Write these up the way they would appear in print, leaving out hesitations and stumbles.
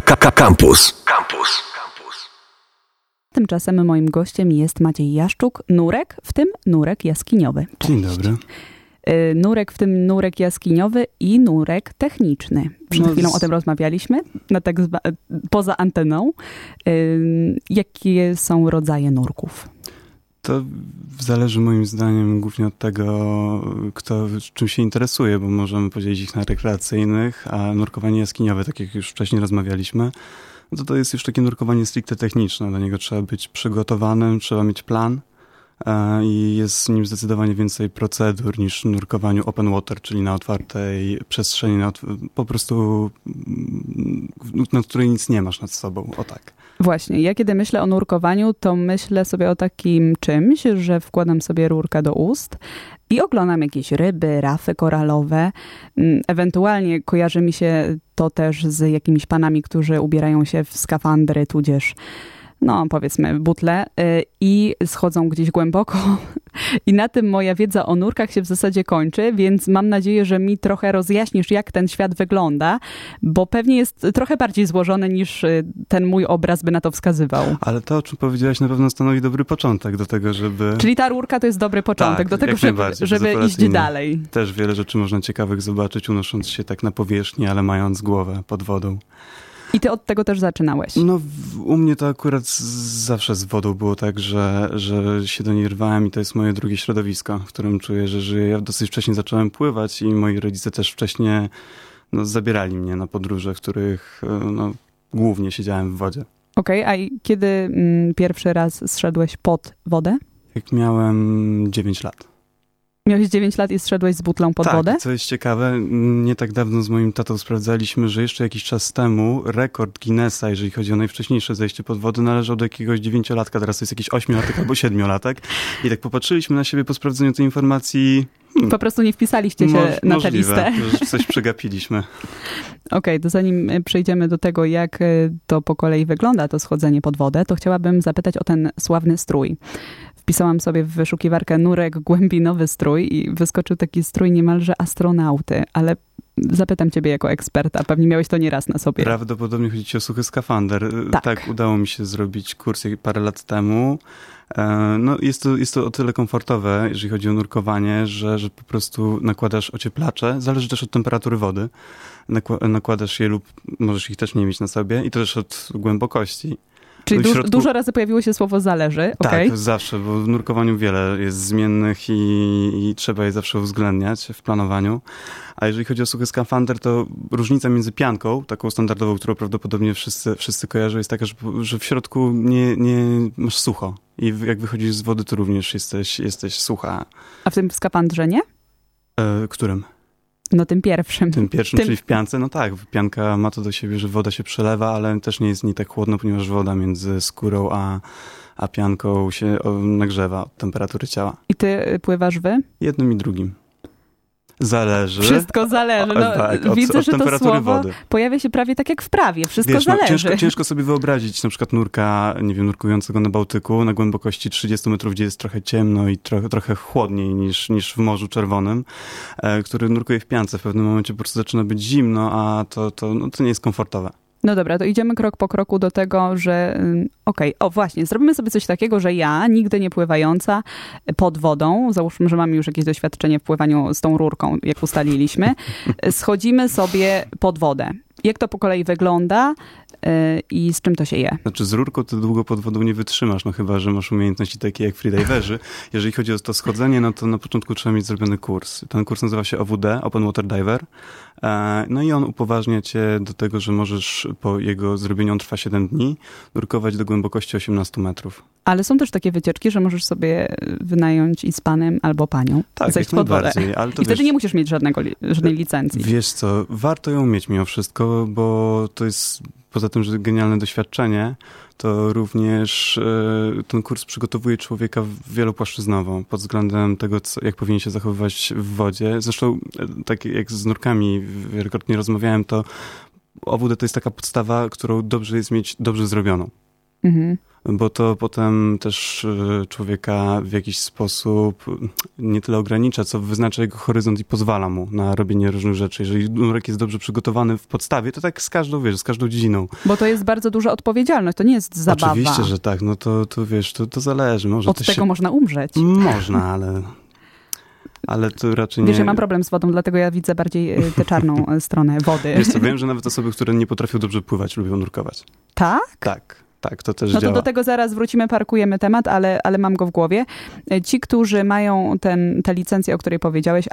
Campus. Tymczasem moim gościem jest Maciej Jaszczuk, nurek, w tym nurek jaskiniowy. Dzień dobry. Nurek, w tym nurek jaskiniowy i nurek techniczny. Przed chwilą o tym rozmawialiśmy, poza anteną. Jakie są rodzaje nurków? To zależy moim zdaniem głównie od tego, kto czym się interesuje, bo możemy podzielić ich na rekreacyjnych, a nurkowanie jaskiniowe, tak jak już wcześniej rozmawialiśmy, to jest już takie nurkowanie stricte techniczne. Do niego trzeba być przygotowanym, trzeba mieć plan i jest w nim zdecydowanie więcej procedur niż w nurkowaniu open water, czyli na otwartej przestrzeni, po prostu na której nic nie masz nad sobą. O tak. Właśnie, ja kiedy myślę o nurkowaniu, to myślę sobie o takim czymś, że wkładam sobie rurkę do ust i oglądam jakieś ryby, rafy koralowe. Ewentualnie kojarzy mi się to też z jakimiś panami, którzy ubierają się w skafandry, tudzież powiedzmy butle i schodzą gdzieś głęboko. I na tym moja wiedza o nurkach się w zasadzie kończy, więc mam nadzieję, że mi trochę rozjaśnisz, jak ten świat wygląda, bo pewnie jest trochę bardziej złożony niż ten mój obraz by na to wskazywał. Ale to, o czym powiedziałaś, na pewno stanowi dobry początek do tego, żeby... Czyli ta rurka to jest dobry początek do tego, żeby iść dalej. Też wiele rzeczy można ciekawych zobaczyć, unosząc się tak na powierzchni, ale mając głowę pod wodą. I ty od tego też zaczynałeś? U mnie to akurat zawsze z wodą było tak, że się do niej rwałem i to jest moje drugie środowisko, w którym czuję, że żyję. Ja dosyć wcześnie zacząłem pływać i moi rodzice też wcześniej zabierali mnie na podróże, w których głównie siedziałem w wodzie. Okej, a kiedy pierwszy raz zszedłeś pod wodę? Jak miałem 9 lat. Miałeś 9 lat i zszedłeś z butlą pod wodę? Tak, co jest ciekawe, nie tak dawno z moim tatą sprawdzaliśmy, że jeszcze jakiś czas temu rekord Guinnessa, jeżeli chodzi o najwcześniejsze zejście pod wodę, należał do jakiegoś 9-latka, teraz to jest jakiś 8-latek albo 7-latek. I tak popatrzyliśmy na siebie po sprawdzeniu tej informacji. Po prostu nie wpisaliście się na tę listę. Że coś przegapiliśmy. Okej, to zanim przejdziemy do tego, jak to po kolei wygląda, to schodzenie pod wodę, to chciałabym zapytać o ten sławny strój. Wpisałam sobie w wyszukiwarkę nurek głębinowy strój i wyskoczył taki strój niemalże astronauty, ale zapytam ciebie jako eksperta, pewnie miałeś to nieraz na sobie. Prawdopodobnie chodzi ci o suchy skafander. Tak, udało mi się zrobić kurs parę lat temu. Jest to o tyle komfortowe, jeżeli chodzi o nurkowanie, że po prostu nakładasz ocieplacze, zależy też od temperatury wody, nakładasz je lub możesz ich też nie mieć na sobie i to też od głębokości. Czyli dużo razy pojawiło się słowo zależy, okej? Tak, zawsze, bo w nurkowaniu wiele jest zmiennych i trzeba je zawsze uwzględniać w planowaniu. A jeżeli chodzi o suchy skafander, to różnica między pianką, taką standardową, którą prawdopodobnie wszyscy kojarzą, jest taka, że w środku nie masz sucho. I jak wychodzisz z wody, to również jesteś sucha. A w tym skafandrze nie? Którym? Tym pierwszym. Czyli w piance? Tak, pianka ma to do siebie, że woda się przelewa, ale też nie jest tak chłodno, ponieważ woda między skórą a pianką się nagrzewa od temperatury ciała. I ty pływasz jednym i drugim. Zależy. Wszystko zależy. Widzę, że to słowo wody pojawia się prawie tak jak w prawie. Wszystko zależy. Ciężko sobie wyobrazić na przykład nurka, nurkującego na Bałtyku na głębokości 30 metrów, gdzie jest trochę ciemno i trochę chłodniej niż w Morzu Czerwonym, który nurkuje w piance. W pewnym momencie po prostu zaczyna być zimno, a to nie jest komfortowe. No dobra, to idziemy krok po kroku do tego, że właśnie, zrobimy sobie coś takiego, że ja, nigdy nie pływająca pod wodą, załóżmy, że mamy już jakieś doświadczenie w pływaniu z tą rurką, jak ustaliliśmy, schodzimy sobie pod wodę. Jak to po kolei wygląda i z czym to się je? Z rurką to długo pod wodą nie wytrzymasz, chyba że masz umiejętności takie jak freediverzy. Jeżeli chodzi o to schodzenie, to na początku trzeba mieć zrobiony kurs. Ten kurs nazywa się OWD, Open Water Diver. I on upoważnia cię do tego, że możesz po jego zrobieniu, on trwa 7 dni, nurkować do głębokości 18 metrów. Ale są też takie wycieczki, że możesz sobie wynająć i z panem albo panią zejść pod wodę. Ale to wtedy nie musisz mieć żadnej licencji. Wiesz co, warto ją mieć mimo wszystko, bo to jest poza tym, że genialne doświadczenie, to również ten kurs przygotowuje człowieka wielopłaszczyznowo pod względem tego, jak powinien się zachowywać w wodzie. Zresztą, tak jak z nurkami wielokrotnie rozmawiałem, to OWD to jest taka podstawa, którą dobrze jest mieć dobrze zrobioną. Mhm. bo to potem też człowieka w jakiś sposób nie tyle ogranicza, co wyznacza jego horyzont i pozwala mu na robienie różnych rzeczy. Jeżeli nurek jest dobrze przygotowany w podstawie, to tak z każdą, wiesz, z każdą dziedziną. Bo to jest bardzo duża odpowiedzialność, to nie jest zabawa. Oczywiście, że tak, no to wiesz, to zależy. Może od tego można umrzeć. Można, ale to raczej nie... Wiesz, ja mam problem z wodą, dlatego ja widzę bardziej tę czarną stronę wody. Wiesz co, wiem, że nawet osoby, które nie potrafią dobrze pływać, lubią nurkować. Tak? Tak, to też działa. No to działa. do tego zaraz wrócimy, parkujemy temat, ale mam go w głowie. Ci, którzy mają tę licencję, o której powiedziałeś,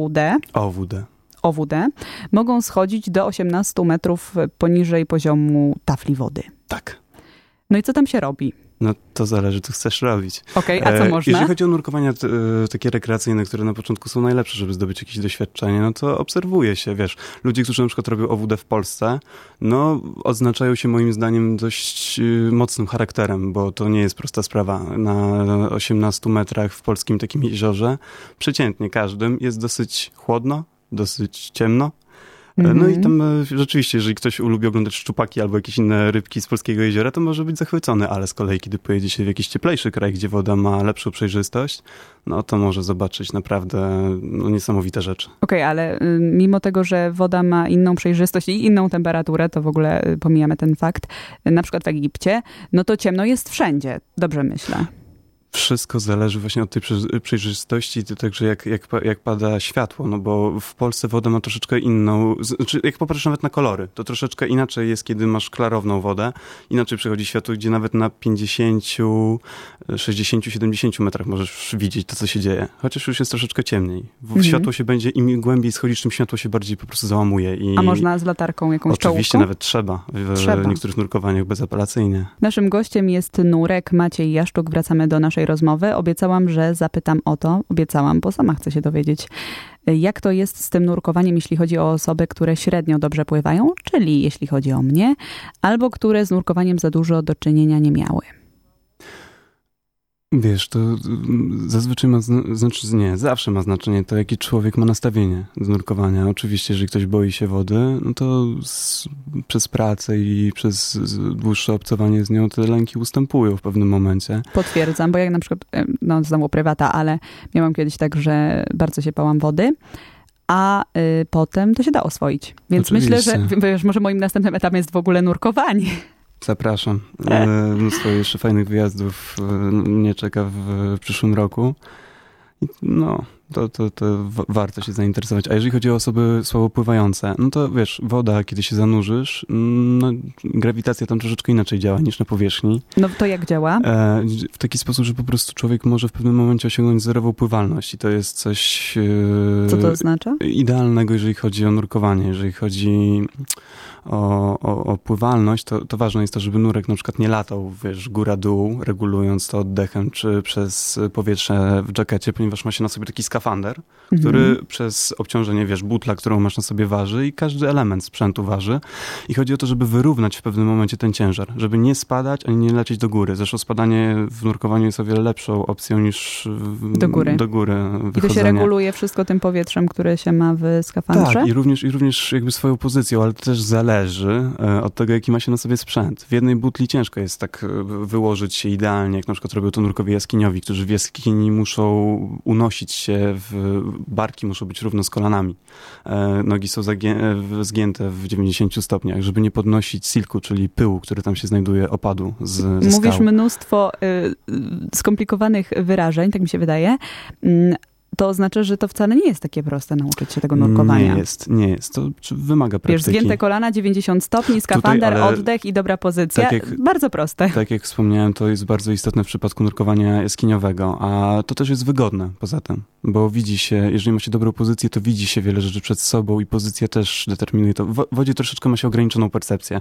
OWD, mogą schodzić do 18 metrów poniżej poziomu tafli wody. Tak. No i co tam się robi? No to zależy, co chcesz robić. Okej, a co można? Jeżeli chodzi o nurkowania takie rekreacyjne, które na początku są najlepsze, żeby zdobyć jakieś doświadczenie, no to obserwuje się, wiesz. Ludzie, którzy na przykład robią OWD w Polsce, no odznaczają się moim zdaniem dość mocnym charakterem, bo to nie jest prosta sprawa. Na 18 metrach w polskim takim jeziorze, przeciętnie każdym, jest dosyć chłodno, dosyć ciemno. No i tam rzeczywiście, jeżeli ktoś lubi oglądać szczupaki albo jakieś inne rybki z polskiego jeziora, to może być zachwycony, ale z kolei, kiedy pojedzie się w jakiś cieplejszy kraj, gdzie woda ma lepszą przejrzystość, no to może zobaczyć naprawdę niesamowite rzeczy. Okej, ale mimo tego, że woda ma inną przejrzystość i inną temperaturę, to w ogóle pomijamy ten fakt, na przykład w Egipcie, no to ciemno jest wszędzie. Dobrze myślę. Wszystko zależy właśnie od tej przejrzystości, także jak pada światło, no bo w Polsce woda ma troszeczkę inną, znaczy jak popatrzysz nawet na kolory, to troszeczkę inaczej jest, kiedy masz klarowną wodę, inaczej przychodzi światło, gdzie nawet na 50, 60, 70 metrach możesz widzieć to, co się dzieje, chociaż już jest troszeczkę ciemniej. Światło się będzie, im głębiej schodzisz, tym światło się bardziej po prostu załamuje. A można z latarką jakąś czołówką? Oczywiście, nawet trzeba w niektórych nurkowaniach bezapelacyjnie. Naszym gościem jest nurek Maciej Jaszczuk. Wracamy do naszej rozmowy. Obiecałam, że zapytam o to. Obiecałam, bo sama chcę się dowiedzieć, jak to jest z tym nurkowaniem, jeśli chodzi o osoby, które średnio dobrze pływają, czyli jeśli chodzi o mnie, albo które z nurkowaniem za dużo do czynienia nie miały. Wiesz, to zazwyczaj zawsze ma znaczenie to, jaki człowiek ma nastawienie do nurkowania. Oczywiście, jeżeli ktoś boi się wody, no to przez pracę i przez dłuższe obcowanie z nią te lęki ustępują w pewnym momencie. Potwierdzam, bo jak na przykład, znowu prywata, ale miałam kiedyś tak, że bardzo się bałam wody, a potem to się da oswoić. Więc oczywiście. Myślę, że wiesz, może moim następnym etapem jest w ogóle nurkowanie. Zapraszam. Mnóstwo jeszcze fajnych wyjazdów mnie czeka w przyszłym roku. No, to warto się zainteresować. A jeżeli chodzi o osoby słabo pływające, no to wiesz, woda, kiedy się zanurzysz, no, grawitacja tam troszeczkę inaczej działa niż na powierzchni. No to jak działa? W taki sposób, że po prostu człowiek może w pewnym momencie osiągnąć zerową pływalność i to jest coś... Co to oznacza? Idealnego, jeżeli chodzi o nurkowanie, jeżeli chodzi o pływalność, to ważne jest to, żeby nurek na przykład nie latał, wiesz, góra-dół, regulując to oddechem, czy przez powietrze w jackecie, ponieważ ma się na sobie taki skafander, który przez obciążenie, wiesz, butla, którą masz na sobie waży i każdy element sprzętu waży. I chodzi o to, żeby wyrównać w pewnym momencie ten ciężar, żeby nie spadać, ani nie lecieć do góry. Zresztą spadanie w nurkowaniu jest o wiele lepszą opcją niż do góry wychodzenie. I to się reguluje wszystko tym powietrzem, które się ma w skafandrze? Tak, i również jakby swoją pozycją, ale to też zależy od tego, jaki ma się na sobie sprzęt. W jednej butli ciężko jest tak wyłożyć się idealnie, jak na przykład robią to nurkowie jaskiniowi, którzy w jaskini muszą unosić się, barki muszą być równo z kolanami. Nogi są zgięte w 90 stopniach, żeby nie podnosić silku, czyli pyłu, który tam się znajduje, opadu ze Mówisz skał. mnóstwo skomplikowanych wyrażeń, tak mi się wydaje. To oznacza, że to wcale nie jest takie proste nauczyć się tego nurkowania. Nie jest. To wymaga praktyki. Wiesz, zgięte kolana, 90 stopni, skafander, oddech i dobra pozycja. Bardzo proste. Tak jak wspomniałem, to jest bardzo istotne w przypadku nurkowania jaskiniowego, a to też jest wygodne poza tym, bo widzi się, jeżeli ma się dobrą pozycję, to widzi się wiele rzeczy przed sobą i pozycja też determinuje to. W wodzie troszeczkę ma się ograniczoną percepcję.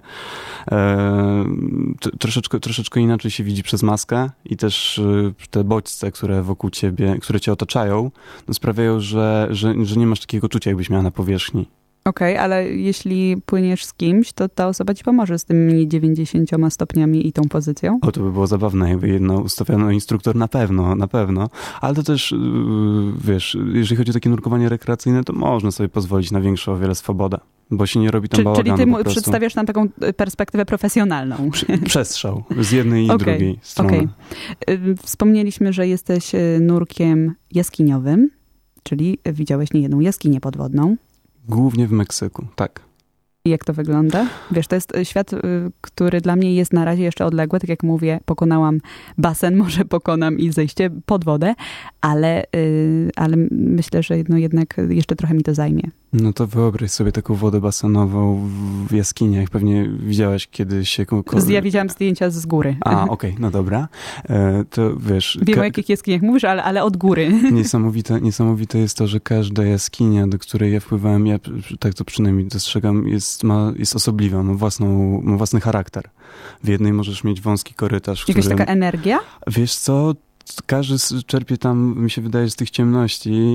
Troszeczkę inaczej się widzi przez maskę i też te bodźce, które wokół ciebie, które cię otaczają, no sprawiają, że nie masz takiego czucia, jakbyś miała na powierzchni. Okej, ale jeśli płyniesz z kimś, to ta osoba ci pomoże z tymi 90 stopniami i tą pozycją? O, to by było zabawne, jakby jedno ustawiono instruktor, na pewno. Ale to też, wiesz, jeżeli chodzi o takie nurkowanie rekreacyjne, to można sobie pozwolić na większą o wiele swobodę. bo się nie robi tam bałaganu. Czyli ty po prostu. przedstawiasz nam taką perspektywę profesjonalną. Przestrzał z jednej i drugiej strony. Okay. Wspomnieliśmy, że jesteś nurkiem jaskiniowym, czyli widziałeś niejedną jaskinię podwodną. Głównie w Meksyku, tak. I jak to wygląda? Wiesz, to jest świat, który dla mnie jest na razie jeszcze odległy. Tak jak mówię, pokonałam basen, może pokonam i zejście pod wodę, ale myślę, że jednak jeszcze trochę mi to zajmie. No to wyobraź sobie taką wodę basenową w jaskiniach. Pewnie widziałaś kiedyś... Ja widziałam zdjęcia z góry. Okej, no dobra. To wiesz... Wiem, o jakich jaskiniach mówisz, ale od góry. Niesamowite jest to, że każda jaskinia, do której ja wpływałem, ja tak to przynajmniej dostrzegam, jest osobliwa, ma własny charakter. W jednej możesz mieć wąski korytarz, Jakaś taka energia? Wiesz co? Każdy czerpie tam, mi się wydaje, z tych ciemności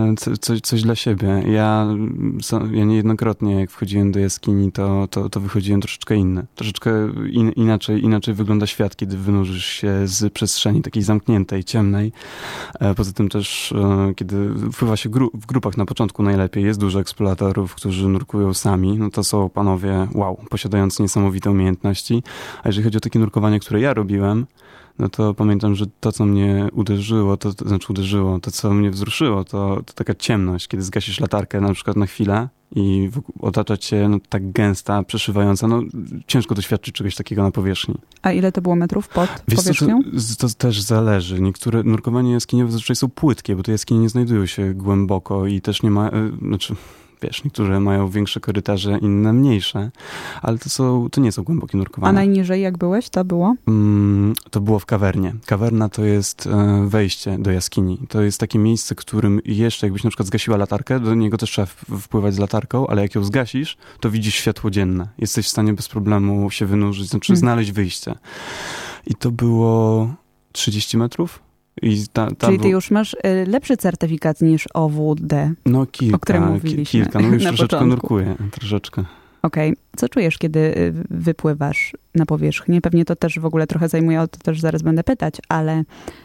coś dla siebie. Ja niejednokrotnie, jak wchodziłem do jaskini, to wychodziłem troszeczkę inny. Troszeczkę inaczej wygląda świat, kiedy wynurzysz się z przestrzeni takiej zamkniętej, ciemnej. Poza tym też, kiedy wpływa się w grupach na początku najlepiej, jest dużo eksploratorów, którzy nurkują sami, no to są panowie, posiadający niesamowite umiejętności. A jeżeli chodzi o takie nurkowanie, które ja robiłem, no to pamiętam, że to, co mnie uderzyło, to co mnie wzruszyło, to taka ciemność, kiedy zgasisz latarkę na przykład na chwilę i otacza cię tak gęsta, przeszywająca, ciężko doświadczyć czegoś takiego na powierzchni. A ile to było metrów pod powierzchnią? To też zależy. Niektóre nurkowanie jaskiniowe zazwyczaj są płytkie, bo te jaskinie nie znajdują się głęboko i też nie ma, wiesz, niektóre mają większe korytarze, inne mniejsze, ale to nie są głębokie nurkowania. A najniżej jak byłeś, to było? To było w kawernie. Kawerna to jest wejście do jaskini. To jest takie miejsce, którym jeszcze jakbyś na przykład zgasiła latarkę, do niego też trzeba wpływać z latarką, ale jak ją zgasisz, to widzisz światło dzienne. Jesteś w stanie bez problemu się wynurzyć, znaleźć wyjście. I to było 30 metrów. Czyli ty już masz lepszy certyfikat niż OWD, o którym mówiliśmy już troszeczkę nurkuję, troszeczkę. Okej. Co czujesz, kiedy wypływasz na powierzchnię? Pewnie to też w ogóle trochę zajmuje, o to też zaraz będę pytać, ale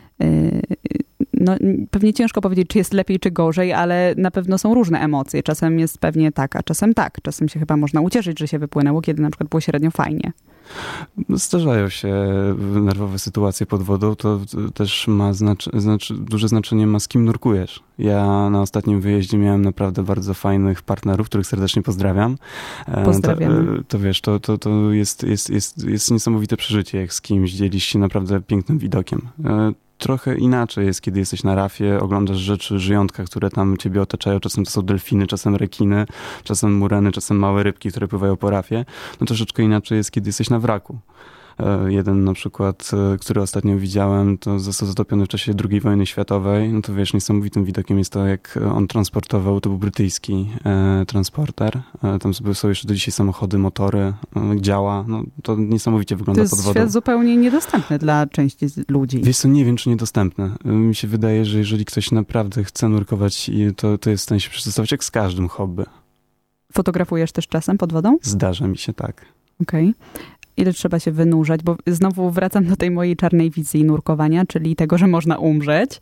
pewnie ciężko powiedzieć, czy jest lepiej, czy gorzej, ale na pewno są różne emocje. Czasem jest pewnie tak, a czasem tak. Czasem się chyba można ucieszyć, że się wypłynęło, kiedy na przykład było średnio fajnie. Zdarzają się nerwowe sytuacje pod wodą, to też ma duże znaczenie z kim nurkujesz. Ja na ostatnim wyjeździe miałem naprawdę bardzo fajnych partnerów, których serdecznie pozdrawiam. Pozdrawiamy. To wiesz, to jest niesamowite przeżycie, jak z kimś dzielisz się naprawdę pięknym widokiem. Trochę inaczej jest, kiedy jesteś na rafie, oglądasz rzeczy, żyjątka, które tam ciebie otaczają. Czasem to są delfiny, czasem rekiny, czasem mureny, czasem małe rybki, które pływają po rafie. No troszeczkę inaczej jest, kiedy jesteś na wraku. Jeden na przykład, który ostatnio widziałem, to został zatopiony w czasie II wojny światowej. No to wiesz, niesamowitym widokiem jest to, jak on transportował, to był brytyjski transporter. Tam są jeszcze do dzisiaj samochody, motory, działa. No to niesamowicie wygląda pod wodą. To jest świat zupełnie niedostępny dla części ludzi. Wiesz co, nie wiem, czy niedostępne. Mi się wydaje, że jeżeli ktoś naprawdę chce nurkować, to jest w stanie się przystosować jak z każdym hobby. Fotografujesz też czasem pod wodą? Zdarza mi się, tak. Okej. Ile trzeba się wynurzać, bo znowu wracam do tej mojej czarnej wizji nurkowania, czyli tego, że można umrzeć.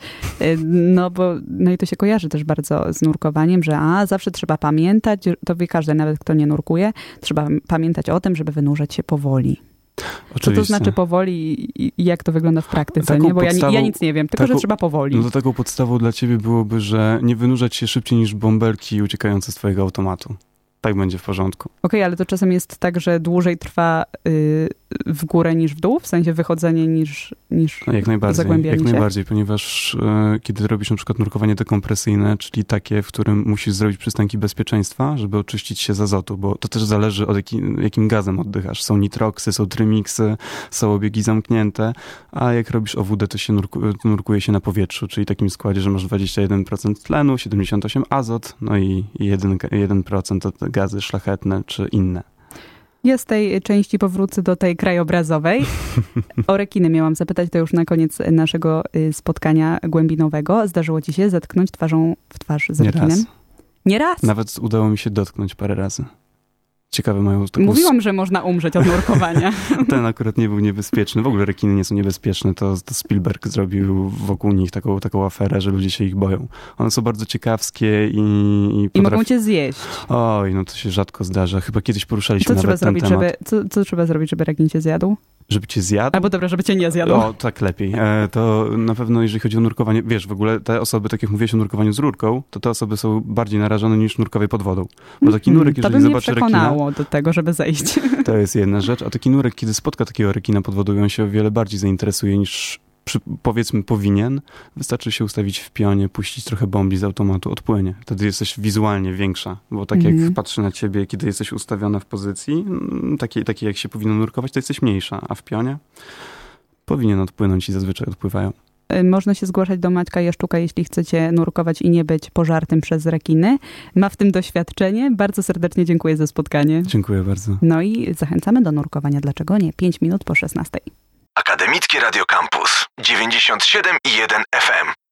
No i to się kojarzy też bardzo z nurkowaniem, że zawsze trzeba pamiętać, to wie każdy, nawet kto nie nurkuje, trzeba pamiętać o tym, żeby wynurzać się powoli. Oczywiście. Co to znaczy powoli i jak to wygląda w praktyce? Nie? Bo ja nic nie wiem, tylko że trzeba powoli. No to taką podstawą dla ciebie byłoby, że nie wynurzać się szybciej niż bąbelki uciekające z twojego automatu. Tak będzie w porządku. Okej, ale to czasem jest tak, że dłużej trwa w górę niż w dół? W sensie wychodzenie niż jak najbardziej, zagłębianie się? Jak najbardziej, ponieważ kiedy robisz na przykład nurkowanie dekompresyjne, czyli takie, w którym musisz zrobić przystanki bezpieczeństwa, żeby oczyścić się z azotu, bo to też zależy od jakim gazem oddychasz. Są nitroksy, są trymiksy, są obiegi zamknięte, a jak robisz OWD, to się nurkuje się na powietrzu, czyli takim składzie, że masz 21% tlenu, 78% azot, no i 1% to gazy szlachetne czy inne. Ja z tej części powrócę do tej krajobrazowej. O rekiny miałam zapytać, to już na koniec naszego spotkania głębinowego. Zdarzyło ci się zetknąć twarzą w twarz z rekinem? Raz. Nie raz? Nawet udało mi się dotknąć parę razy. ciekawe mają taką... Mówiłam, że można umrzeć od nurkowania. Ten akurat nie był niebezpieczny. W ogóle rekiny nie są niebezpieczne. To Spielberg zrobił wokół nich taką aferę, że ludzie się ich boją. One są bardzo ciekawskie i mogą cię zjeść. Oj, no to się rzadko zdarza. Chyba kiedyś poruszaliśmy nawet ten temat. Co trzeba zrobić, żeby rekin cię zjadł? Żeby cię zjadł? Albo dobra, żeby cię nie zjadł. O, tak lepiej. To na pewno, jeżeli chodzi o nurkowanie, wiesz, w ogóle te osoby, tak jak mówiłeś o nurkowaniu z rurką, to te osoby są bardziej narażone niż nurkowie pod wodą. Bo taki nurek, jeżeli zobaczy rekina... To by mnie przekonało do tego, żeby zejść. To jest jedna rzecz. A taki nurek, kiedy spotka takiego rekina pod wodą, on się o wiele bardziej zainteresuje niż powiedzmy powinien. Wystarczy się ustawić w pionie, puścić trochę bombli z automatu, odpłynie. Wtedy jesteś wizualnie większa, bo tak jak patrzy na ciebie, kiedy jesteś ustawiona w pozycji, takiej jak się powinno nurkować, to jesteś mniejsza, a w pionie powinien odpłynąć i zazwyczaj odpływają. Można się zgłaszać do Maćka Jaszczuka, jeśli chcecie nurkować i nie być pożartym przez rekiny. Ma w tym doświadczenie. Bardzo serdecznie dziękuję za spotkanie. Dziękuję bardzo. No i zachęcamy do nurkowania. Dlaczego nie? 5 minut po 16. Akademickie Radio Campus 97,1 FM.